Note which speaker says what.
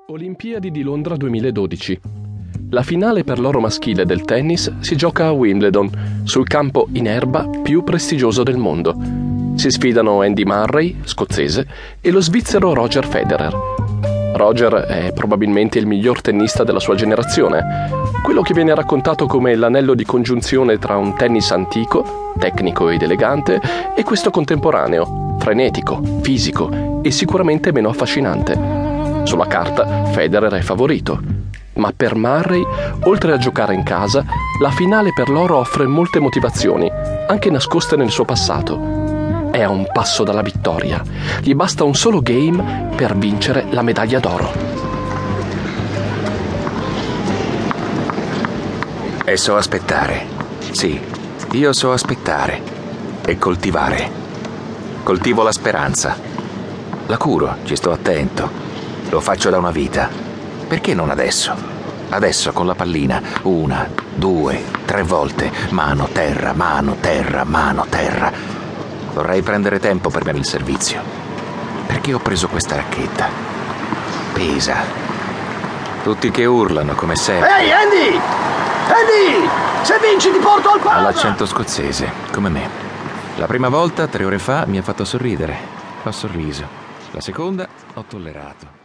Speaker 1: Olimpiadi di Londra 2012. La finale per l'oro maschile del tennis si gioca a Wimbledon, sul campo in erba più prestigioso del mondo. Si sfidano Andy Murray, scozzese, e lo svizzero Roger Federer. Roger è probabilmente il miglior tennista della sua generazione, quello che viene raccontato come l'anello di congiunzione tra un tennis antico, tecnico ed elegante, e questo contemporaneo, frenetico, fisico e sicuramente meno affascinante. Sulla carta Federer è favorito, ma per Murray, oltre a giocare in casa, la finale per l'oro offre molte motivazioni, anche nascoste nel suo passato. È a un passo dalla vittoria, gli basta un solo game per vincere la medaglia d'oro.
Speaker 2: E so aspettare. Sì, io so aspettare e coltivare. Coltivo la speranza. La curo, ci sto attento. Lo faccio da una vita. Perché non adesso? Adesso con la pallina, 1, 2, 3 volte, mano, terra, mano, terra, mano, terra. Vorrei prendere tempo per me il servizio. Perché ho preso questa racchetta? Pesa. Tutti che urlano come sempre.
Speaker 3: Ehi, Andy! Andy! Se vinci ti porto al palazzo!
Speaker 2: All'accento scozzese, come me. La prima volta, 3 ore fa, mi ha fatto sorridere. Ho sorriso. La seconda, ho tollerato.